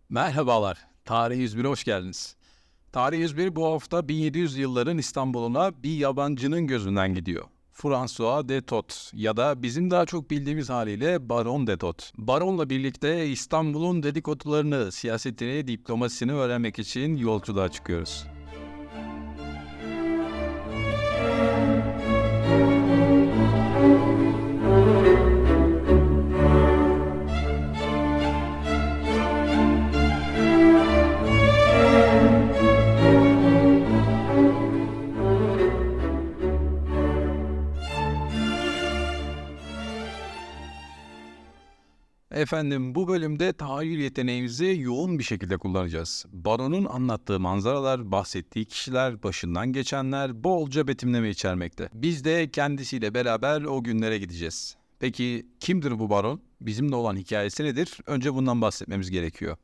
Merhabalar, Tarih 101'e hoş geldiniz. Tarih 101 bu hafta 1700 yılların İstanbul'una bir yabancının gözünden gidiyor. François de Thot ya da bizim daha çok bildiğimiz haliyle Baron de Thot. Baron'la birlikte İstanbul'un dedikodularını, siyasetini, diplomasisini öğrenmek için yolculuğa çıkıyoruz. Efendim bu bölümde tahayyül yeteneğimizi yoğun bir şekilde kullanacağız. Baron'un anlattığı manzaralar, bahsettiği kişiler, başından geçenler bolca betimleme içermekte. Biz de kendisiyle beraber o günlere gideceğiz. Peki kimdir bu baron? Bizimle olan hikayesi nedir? Önce bundan bahsetmemiz gerekiyor.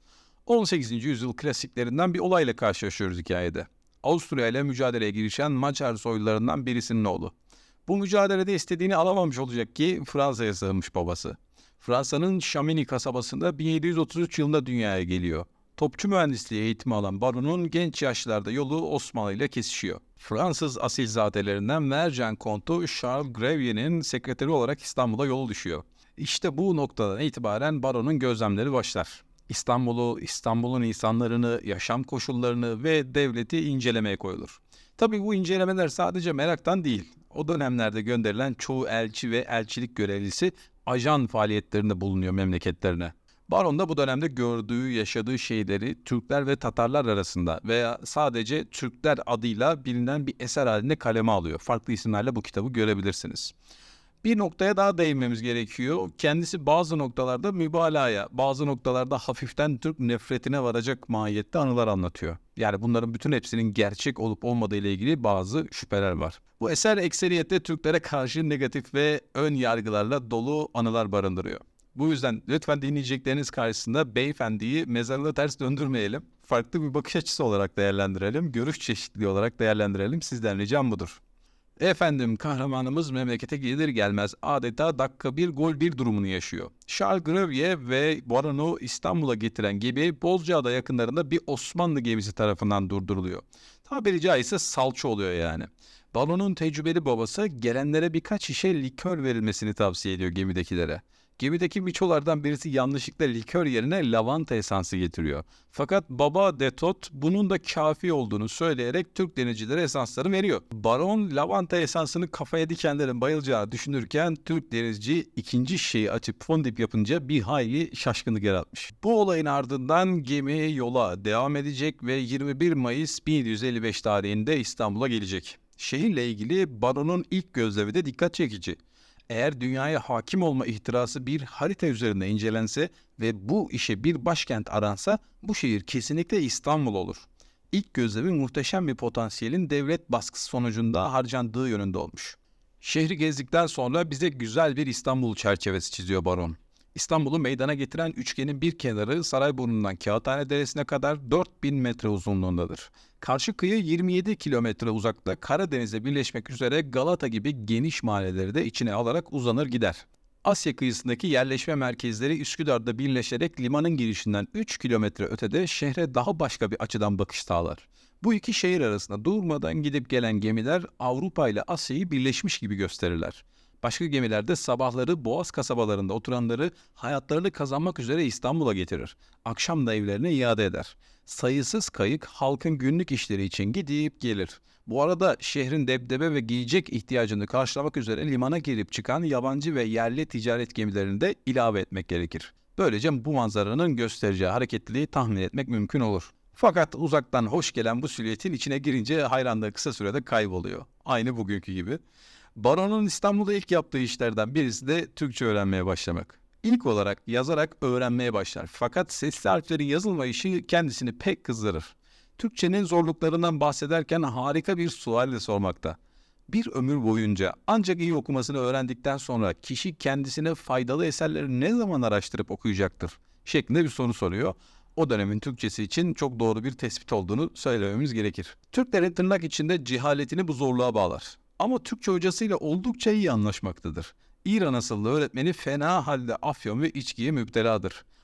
18. yüzyıl klasiklerinden bir olayla karşılaşıyoruz hikayede. Avusturya ile mücadeleye girişen Macar soylularından birisinin oğlu. Bu mücadelede istediğini alamamış olacak ki Fransa'ya sığınmış babası. Fransa'nın Chamonix kasabasında 1733 yılında dünyaya geliyor. Topçu mühendisliği eğitimi alan Baron'un genç yaşlarda yolu Osmanlı ile kesişiyor. Fransız asilzadelerinden Mercan Kontu Charles Grevier'in sekreteri olarak İstanbul'a yolu düşüyor. İşte bu noktadan itibaren Baron'un gözlemleri başlar. İstanbul'u, İstanbul'un insanlarını, yaşam koşullarını ve devleti incelemeye koyulur. Tabii bu incelemeler sadece meraktan değil. O dönemlerde gönderilen çoğu elçi ve elçilik görevlisi ajan faaliyetlerinde bulunuyor memleketlerine. Baron da bu dönemde gördüğü, yaşadığı şeyleri Türkler ve Tatarlar arasında veya sadece Türkler adıyla bilinen bir eser halinde kaleme alıyor. Farklı isimlerle bu kitabı görebilirsiniz. Bir noktaya daha değinmemiz gerekiyor. Kendisi bazı noktalarda mübalağaya, bazı noktalarda hafiften Türk nefretine varacak mahiyette anılar anlatıyor. Yani bunların bütün hepsinin gerçek olup olmadığı ile ilgili bazı şüpheler var. Bu eser ekseriyette Türklere karşı negatif ve ön yargılarla dolu anılar barındırıyor. Bu yüzden lütfen dinleyecekleriniz karşısında beyefendiyi mezarlığı ters döndürmeyelim. Farklı bir bakış açısı olarak değerlendirelim, görüş çeşitliliği olarak değerlendirelim. Sizden ricam budur. Efendim kahramanımız memlekete gelir gelmez adeta dakika bir gol bir durumunu yaşıyor. Charles Gravier ve Baron'u İstanbul'a getiren gemi Bozcaada yakınlarında bir Osmanlı gemisi tarafından durduruluyor. Tabiri caizse salça oluyor yani. Baron'un tecrübeli babası gelenlere birkaç şişe likör verilmesini tavsiye ediyor gemidekilere. Gemideki miçolardan birisi yanlışlıkla likör yerine lavanta esansı getiriyor. Fakat baba Detot bunun da kafi olduğunu söyleyerek Türk denizcilere esansları veriyor. Baron lavanta esansını kafaya dikenlerin bayılacağı düşünürken Türk denizci ikinci şişeyi açıp fondip yapınca bir hayli şaşkınlık yaratmış. Bu olayın ardından gemi yola devam edecek ve 21 Mayıs 1755 tarihinde İstanbul'a gelecek. Şehirle ilgili Baron'un ilk gözlevi de dikkat çekici. Eğer dünyaya hakim olma ihtirası bir harita üzerinde incelense ve bu işe bir başkent aransa bu şehir kesinlikle İstanbul olur. İlk gözlevi muhteşem bir potansiyelin devlet baskısı sonucunda harcandığı yönünde olmuş. Şehri gezdikten sonra bize güzel bir İstanbul çerçevesi çiziyor Baron. İstanbul'u meydana getiren üçgenin bir kenarı Sarayburnu'ndan Kağıthane Deresi'ne kadar 4000 metre uzunluğundadır. Karşı kıyı 27 kilometre uzakta Karadeniz'e birleşmek üzere Galata gibi geniş mahalleleri de içine alarak uzanır gider. Asya kıyısındaki yerleşme merkezleri Üsküdar'da birleşerek limanın girişinden 3 kilometre ötede şehre daha başka bir açıdan bakış sağlar. Bu iki şehir arasında durmadan gidip gelen gemiler Avrupa ile Asya'yı birleşmiş gibi gösterirler. Başka gemilerde sabahları Boğaz kasabalarında oturanları hayatlarını kazanmak üzere İstanbul'a getirir. Akşam da evlerine iade eder. Sayısız kayık halkın günlük işleri için gidip gelir. Bu arada şehrin debdebe ve giyecek ihtiyacını karşılamak üzere limana girip çıkan yabancı ve yerli ticaret gemilerini de ilave etmek gerekir. Böylece bu manzaranın göstereceği hareketliliği tahmin etmek mümkün olur. Fakat uzaktan hoş gelen bu silüetin içine girince hayranlığı kısa sürede kayboluyor. Aynı bugünkü gibi. Baron'un İstanbul'da ilk yaptığı işlerden birisi de Türkçe öğrenmeye başlamak. İlk olarak yazarak öğrenmeye başlar. Fakat sesli harflerin yazılma işi kendisini pek kızdırır. Türkçenin zorluklarından bahsederken harika bir sualle sormakta. Bir ömür boyunca ancak iyi okumasını öğrendikten sonra kişi kendisine faydalı eserleri ne zaman araştırıp okuyacaktır? Şeklinde bir soru soruyor. O dönemin Türkçesi için çok doğru bir tespit olduğunu söylememiz gerekir. Türklerin tırnak içinde cehaletini bu zorluğa bağlar. Ama Türkçe hocasıyla oldukça iyi anlaşmaktadır. İran asıllı öğretmeni fena halde afyon ve içkiye müpteladır.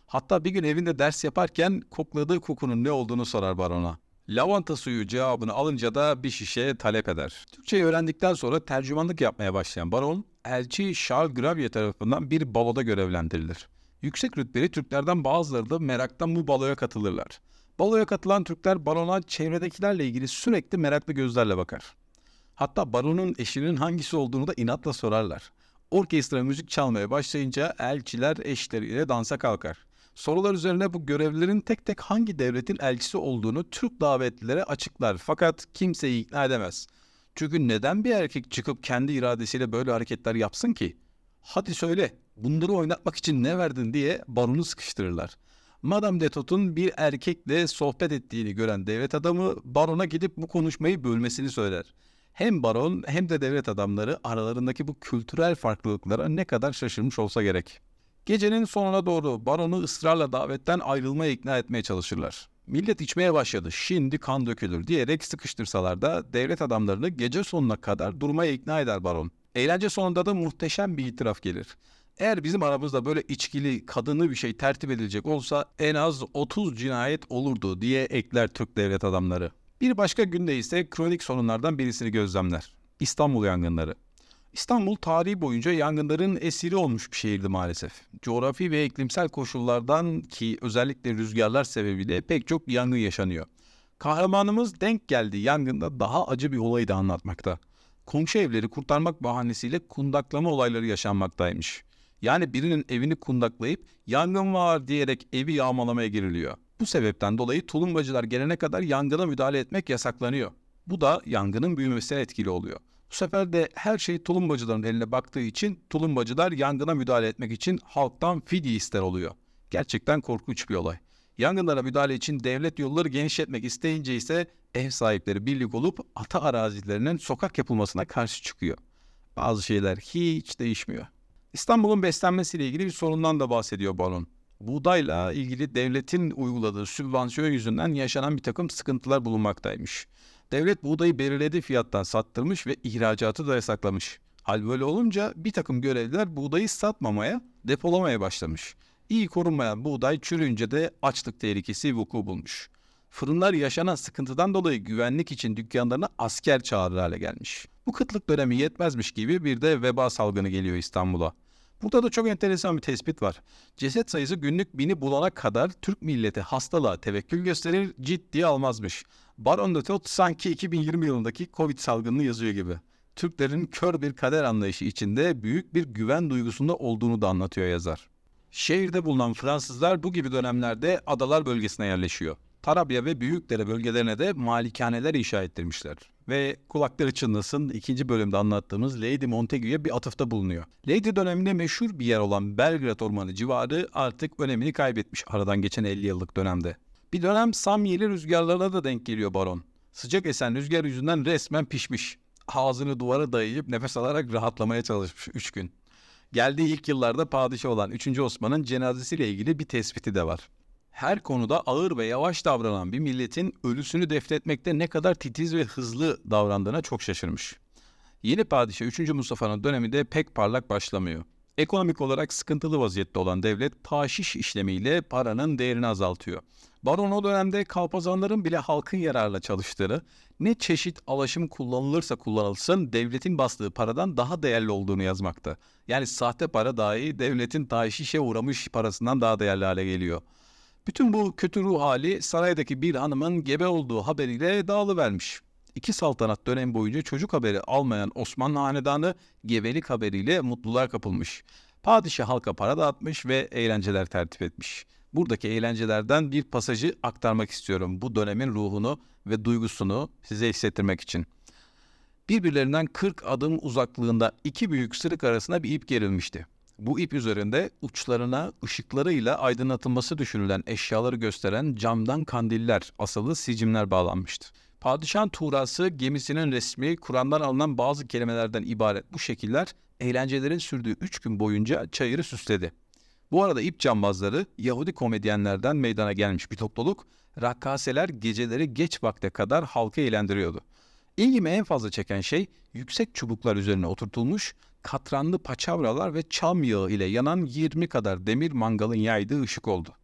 Hatta bir gün evinde ders yaparken kokladığı kokunun ne olduğunu sorar barona. Lavanta suyu cevabını alınca da bir şişe talep eder. Türkçeyi öğrendikten sonra tercümanlık yapmaya başlayan baron, elçi Charles Gravier tarafından bir baloda görevlendirilir. Yüksek rütbeli Türklerden bazıları da meraktan bu baloya katılırlar. Baloya katılan Türkler barona çevredekilerle ilgili sürekli meraklı gözlerle bakar. Hatta baronun eşinin hangisi olduğunu da inatla sorarlar. Orkestra müzik çalmaya başlayınca elçiler eşleriyle dansa kalkar. Sorular üzerine bu görevlilerin tek tek hangi devletin elçisi olduğunu Türk davetlilere açıklar fakat kimseyi ikna edemez. Çünkü neden bir erkek çıkıp kendi iradesiyle böyle hareketler yapsın ki? Hadi söyle, bunları oynatmak için ne verdin diye baronu sıkıştırırlar. Madame de Tot'un bir erkekle sohbet ettiğini gören devlet adamı barona gidip bu konuşmayı bölmesini söyler. Hem baron hem de devlet adamları aralarındaki bu kültürel farklılıklara ne kadar şaşırmış olsa gerek. Gecenin sonuna doğru baronu ısrarla davetten ayrılmaya ikna etmeye çalışırlar. Millet içmeye başladı, şimdi kan dökülür diyerek sıkıştırsalar da devlet adamlarını gece sonuna kadar durmaya ikna eder baron. Eğlence sonunda da muhteşem bir itiraf gelir. Eğer bizim aramızda böyle içkili, kadını bir şey tertip edilecek olsa en az 30 cinayet olurdu diye ekler Türk devlet adamları. Bir başka günde ise kronik sorunlardan birisini gözlemler. İstanbul yangınları. İstanbul tarihi boyunca yangınların esiri olmuş bir şehirdi maalesef. Coğrafi ve iklimsel koşullardan ki özellikle rüzgarlar sebebiyle pek çok yangın yaşanıyor. Kahramanımız denk geldiği yangında daha acı bir olayı da anlatmakta. Komşu evleri kurtarmak bahanesiyle kundaklama olayları yaşanmaktaymış. Yani birinin evini kundaklayıp yangın var diyerek evi yağmalamaya giriliyor. Bu sebepten dolayı tulumbacılar gelene kadar yangına müdahale etmek yasaklanıyor. Bu da yangının büyümesine etkili oluyor. Bu sefer de her şey tulumbacıların eline baktığı için tulumbacılar yangına müdahale etmek için halktan fidye ister oluyor. Gerçekten korkunç bir olay. Yangınlara müdahale için devlet yolları genişletmek isteyince ise ev sahipleri birlik olup ata arazilerinin sokak yapılmasına karşı çıkıyor. Bazı şeyler hiç değişmiyor. İstanbul'un beslenmesiyle ilgili bir sorundan da bahsediyor baron. Buğdayla ilgili devletin uyguladığı sübvansiyon yüzünden yaşanan bir takım sıkıntılar bulunmaktaymış. Devlet buğdayı belirlediği fiyattan sattırmış ve ihracatı da yasaklamış. Hal böyle olunca bir takım görevliler buğdayı satmamaya, depolamaya başlamış. İyi korunmayan buğday çürüyünce de açlık tehlikesi vuku bulmuş. Fırınlar yaşanan sıkıntıdan dolayı güvenlik için dükkanlarına asker çağırır hale gelmiş. Bu kıtlık dönemi yetmezmiş gibi bir de veba salgını geliyor İstanbul'a. Burada da çok enteresan bir tespit var. Ceset sayısı günlük 1000'i bulana kadar Türk milleti hastalığa tevekkül gösterir, ciddiye almazmış. Baron de Tott sanki 2020 yılındaki Covid salgınını yazıyor gibi. Türklerin kör bir kader anlayışı içinde büyük bir güven duygusunda olduğunu da anlatıyor yazar. Şehirde bulunan Fransızlar bu gibi dönemlerde adalar bölgesine yerleşiyor. Tarabya ve Büyükdere bölgelerine de malikaneler inşa ettirmişler. Ve kulakları çınlasın 2. bölümde anlattığımız Lady Montague'ye bir atıfta bulunuyor. Lady döneminde meşhur bir yer olan Belgrad Ormanı civarı artık önemini kaybetmiş aradan geçen 50 yıllık dönemde. Bir dönem Samyeli rüzgarlarına da denk geliyor baron. Sıcak esen rüzgar yüzünden resmen pişmiş. Ağzını duvara dayayıp nefes alarak rahatlamaya çalışmış 3 gün. Geldiği ilk yıllarda padişah olan 3. Osman'ın cenazesiyle ilgili bir tespiti de var. Her konuda ağır ve yavaş davranan bir milletin ölüsünü defnetmekte ne kadar titiz ve hızlı davrandığına çok şaşırmış. Yeni padişah 3. Mustafa'nın döneminde pek parlak başlamıyor. Ekonomik olarak sıkıntılı vaziyette olan devlet taşiş işlemiyle paranın değerini azaltıyor. Baron o dönemde kalpazanların bile halkın yararına çalıştığını, ne çeşit alaşım kullanılırsa kullanılsın devletin bastığı paradan daha değerli olduğunu yazmakta. Yani sahte para dahi devletin taşişe uğramış parasından daha değerli hale geliyor. Bütün bu kötü ruh hali saraydaki bir hanımın gebe olduğu haberiyle dağılıvermiş. 2 saltanat dönemi boyunca çocuk haberi almayan Osmanlı hanedanı gebelik haberiyle mutluluğa kapılmış. Padişah halka para dağıtmış ve eğlenceler tertip etmiş. Buradaki eğlencelerden bir pasajı aktarmak istiyorum bu dönemin ruhunu ve duygusunu size hissettirmek için. Birbirlerinden 40 adım uzaklığında iki büyük sırık arasına bir ip gerilmişti. Bu ip üzerinde uçlarına ışıklarıyla aydınlatılması düşünülen eşyaları gösteren camdan kandiller asılı sicimler bağlanmıştı. Padişahın tuğrası, gemisinin resmi, Kur'an'dan alınan bazı kelimelerden ibaret bu şekiller eğlencelerin sürdüğü 3 gün boyunca çayırı süsledi. Bu arada ip cambazları Yahudi komedyenlerden meydana gelmiş bir topluluk, rakkaseler geceleri geç vakte kadar halkı eğlendiriyordu. İlgimi en fazla çeken şey yüksek çubuklar üzerine oturtulmuş, katranlı paçavralar ve çam yağı ile yanan 20 kadar demir mangalın yaydığı ışık oldu.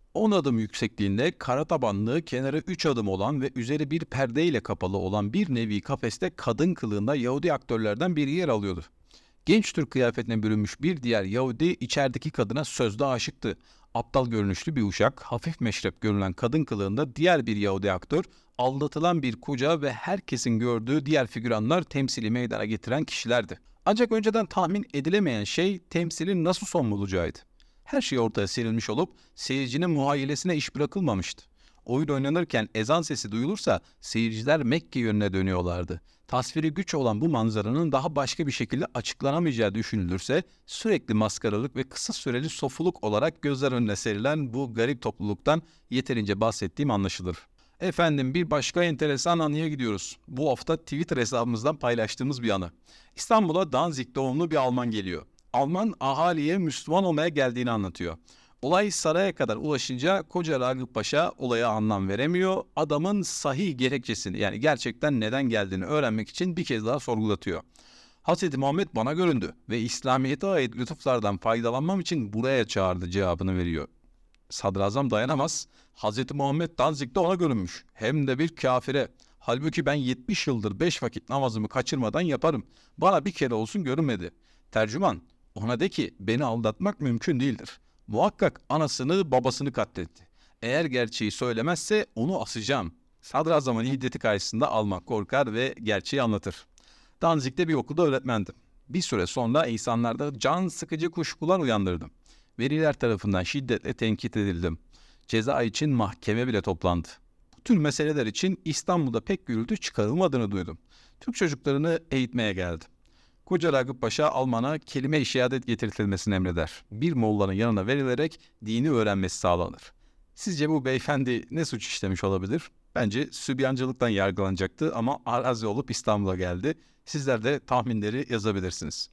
10 adım yüksekliğinde, kara tabanlı, kenarı 3 adım olan ve üzeri bir perdeyle kapalı olan bir nevi kafeste kadın kılığında Yahudi aktörlerden biri yer alıyordu. Genç Türk kıyafetine bürünmüş bir diğer Yahudi içerideki kadına sözde aşıktı. Aptal görünüşlü bir uşak, hafif meşrep görünen kadın kılığında diğer bir Yahudi aktör, aldatılan bir koca ve herkesin gördüğü diğer figüranlar temsili meydana getiren kişilerdi. Ancak önceden tahmin edilemeyen şey temsilin nasıl son bulacağıydı. Her şey ortaya serilmiş olup seyircinin muhayyilesine iş bırakılmamıştı. Oyun oynanırken ezan sesi duyulursa seyirciler Mekke yönüne dönüyorlardı. Tasviri güç olan bu manzaranın daha başka bir şekilde açıklanamayacağı düşünülürse sürekli maskaralık ve kısa süreli sofuluk olarak gözler önüne serilen bu garip topluluktan yeterince bahsettiğim anlaşılır. Efendim, bir başka enteresan anıya gidiyoruz. Bu hafta Twitter hesabımızdan paylaştığımız bir anı. İstanbul'a Danzig doğumlu bir Alman geliyor. Alman ahaliye Müslüman olmaya geldiğini anlatıyor. Olay saraya kadar ulaşınca Koca Ragıp Paşa olaya anlam veremiyor. Adamın sahih gerekçesini, yani gerçekten neden geldiğini öğrenmek için bir kez daha sorgulatıyor. Hazreti Muhammed bana göründü ve İslamiyet'e ait lütuflardan faydalanmam için buraya çağırdı cevabını veriyor. Sadrazam dayanamaz. Hazreti Muhammed Danzig'de ona görünmüş. Hem de bir kafire. Halbuki ben 70 yıldır 5 vakit namazımı kaçırmadan yaparım. Bana bir kere olsun görünmedi. Tercüman, ona de ki beni aldatmak mümkün değildir. Muhakkak anasını babasını katletti. Eğer gerçeği söylemezse onu asacağım. Sadrazamın hiddeti karşısında Alman korkar ve gerçeği anlatır. Danzig'de bir okulda öğretmendim. Bir süre sonra insanlarda can sıkıcı kuşkular uyandırdım. Veliler tarafından şiddetle tenkit edildim. Ceza için mahkeme bile toplandı. Bu tür meseleler için İstanbul'da pek gürültü çıkarılmadığını duydum. Türk çocuklarını eğitmeye geldim. Koca Ragıp Paşa Alman'a kelime-i şehadet getirtilmesini emreder. Bir mollanın yanına verilerek dini öğrenmesi sağlanır. Sizce bu beyefendi ne suç işlemiş olabilir? Bence sübyancılıktan yargılanacaktı ama arazi olup İstanbul'a geldi. Sizler de tahminleri yazabilirsiniz.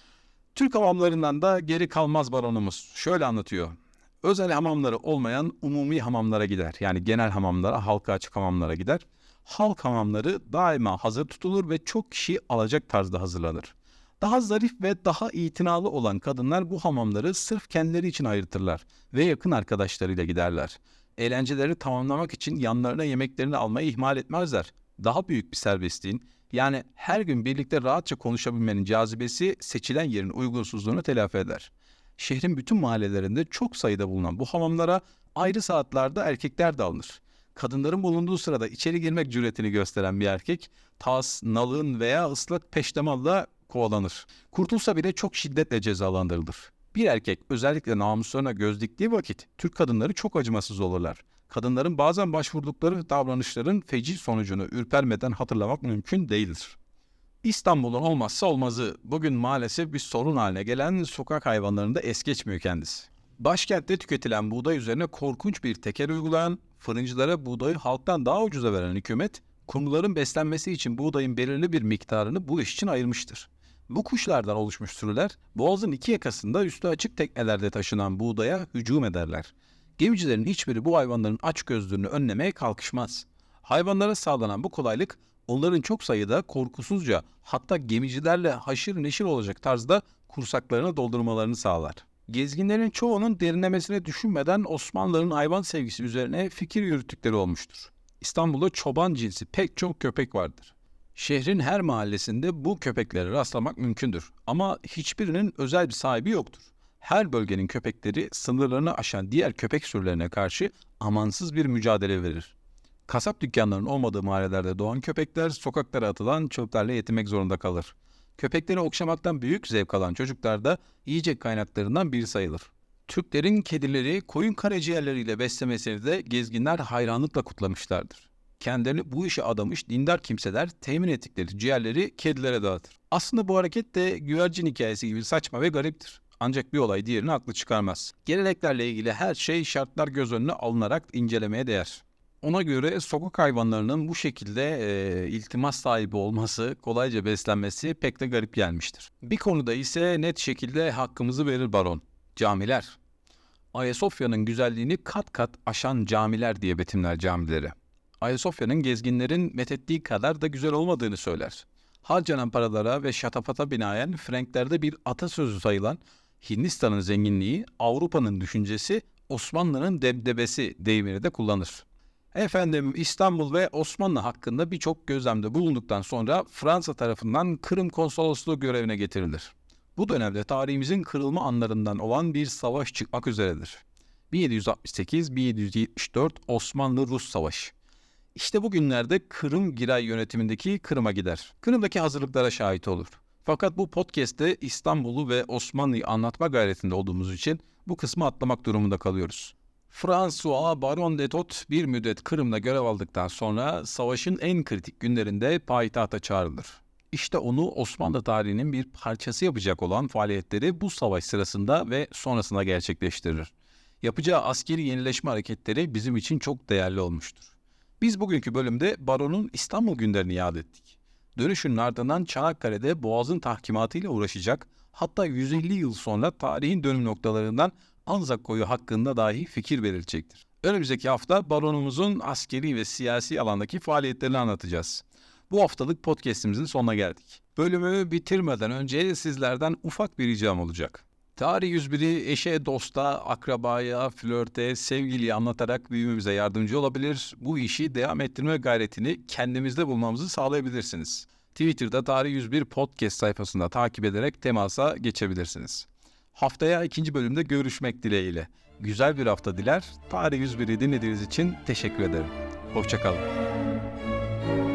Türk hamamlarından da geri kalmaz baronumuz şöyle anlatıyor. Özel hamamları olmayan umumi hamamlara gider. Yani genel hamamlara, halka açık hamamlara gider. Halk hamamları daima hazır tutulur ve çok kişi alacak tarzda hazırlanır. Daha zarif ve daha itinalı olan kadınlar bu hamamları sırf kendileri için ayırtırlar ve yakın arkadaşlarıyla giderler. Eğlenceleri tamamlamak için yanlarına yemeklerini almayı ihmal etmezler. Daha büyük bir serbestliğin, yani her gün birlikte rahatça konuşabilmenin cazibesi seçilen yerin uygunsuzluğunu telafi eder. Şehrin bütün mahallelerinde çok sayıda bulunan bu hamamlara ayrı saatlerde erkekler de alınır. Kadınların bulunduğu sırada içeri girmek cüretini gösteren bir erkek, tas, nalın veya ıslak peştemalla kovalanır. Kurtulsa bile çok şiddetle cezalandırılır. Bir erkek özellikle namuslarına göz diktiği vakit Türk kadınları çok acımasız olurlar. Kadınların bazen başvurdukları davranışların feci sonucunu ürpermeden hatırlamak mümkün değildir. İstanbul'un olmazsa olmazı, bugün maalesef bir sorun haline gelen sokak hayvanlarında es geçmiyor kendisi. Başkentte tüketilen buğday üzerine korkunç bir teker uygulayan, fırıncılara buğdayı halktan daha ucuza veren hükümet, kumruların beslenmesi için buğdayın belirli bir miktarını bu iş için ayırmıştır. Bu kuşlardan oluşmuş sürüler, boğazın iki yakasında üstü açık teknelerde taşınan buğdaya hücum ederler. Gemicilerin hiçbiri bu hayvanların açgözlülüğünü önlemeye kalkışmaz. Hayvanlara sağlanan bu kolaylık, onların çok sayıda korkusuzca, hatta gemicilerle haşır neşir olacak tarzda kursaklarını doldurmalarını sağlar. Gezginlerin çoğunun derinlemesine düşünmeden Osmanlıların hayvan sevgisi üzerine fikir yürüttükleri olmuştur. İstanbul'da çoban cinsi pek çok köpek vardır. Şehrin her mahallesinde bu köpeklere rastlamak mümkündür ama hiçbirinin özel bir sahibi yoktur. Her bölgenin köpekleri sınırlarını aşan diğer köpek sürülerine karşı amansız bir mücadele verir. Kasap dükkanlarının olmadığı mahallelerde doğan köpekler sokaklara atılan çöplerle yetinmek zorunda kalır. Köpekleri okşamaktan büyük zevk alan çocuklar da yiyecek kaynaklarından biri sayılır. Türklerin kedileri koyun karaciğerleriyle beslemesini de gezginler hayranlıkla kutlamışlardır. Kendilerini bu işe adamış dindar kimseler temin ettikleri ciğerleri kedilere dağıtır. Aslında bu hareket de güvercin hikayesi gibi saçma ve gariptir. Ancak bir olay diğerini haklı çıkarmaz. Geleneklerle ilgili her şey şartlar göz önüne alınarak incelemeye değer. Ona göre sokak hayvanlarının bu şekilde iltimas sahibi olması, kolayca beslenmesi pek de garip gelmiştir. Bir konuda ise net şekilde hakkımızı verir baron. Camiler. Ayasofya'nın güzelliğini kat kat aşan camiler diye betimler camileri. Ayasofya'nın gezginlerin methettiği kadar da güzel olmadığını söyler. Harcanan paralara ve şatafata binaen Franklerde bir atasözü sayılan Hindistan'ın zenginliği, Avrupa'nın düşüncesi, Osmanlı'nın debdebesi deyimini de kullanır. Efendim, İstanbul ve Osmanlı hakkında birçok gözlemde bulunduktan sonra Fransa tarafından Kırım Konsolosluğu görevine getirilir. Bu dönemde tarihimizin kırılma anlarından olan bir savaş çıkmak üzeredir. 1768-1774 Osmanlı-Rus Savaşı. İşte bugünlerde Kırım Giray yönetimindeki Kırım'a gider. Kırım'daki hazırlıklara şahit olur. Fakat bu podcast'te İstanbul'u ve Osmanlı'yı anlatma gayretinde olduğumuz için bu kısmı atlamak durumunda kalıyoruz. François Baron de Thot bir müddet Kırım'da görev aldıktan sonra savaşın en kritik günlerinde payitahta çağrılır. İşte onu Osmanlı tarihinin bir parçası yapacak olan faaliyetleri bu savaş sırasında ve sonrasında gerçekleştirir. Yapacağı askeri yenileşme hareketleri bizim için çok değerli olmuştur. Biz bugünkü bölümde Baron'un İstanbul günlerini yad ettik. Dönüşünün ardından Çanakkale'de Boğaz'ın tahkimatıyla uğraşacak, hatta 150 yıl sonra tarihin dönüm noktalarından Anzak Koyu hakkında dahi fikir verilecektir. Önümüzdeki hafta Baron'umuzun askeri ve siyasi alandaki faaliyetlerini anlatacağız. Bu haftalık podcast'imizin sonuna geldik. Bölümü bitirmeden önce sizlerden ufak bir ricam olacak. Tarih 101'i eşe, dosta, akrabaya, flörte, sevgiliye anlatarak büyümemize yardımcı olabilir. Bu işi devam ettirme gayretini kendimizde bulmamızı sağlayabilirsiniz. Twitter'da Tarih 101 podcast sayfasında takip ederek temasa geçebilirsiniz. Haftaya ikinci bölümde görüşmek dileğiyle. Güzel bir hafta diler. Tarih 101'i dinlediğiniz için teşekkür ederim. Hoşça kalın.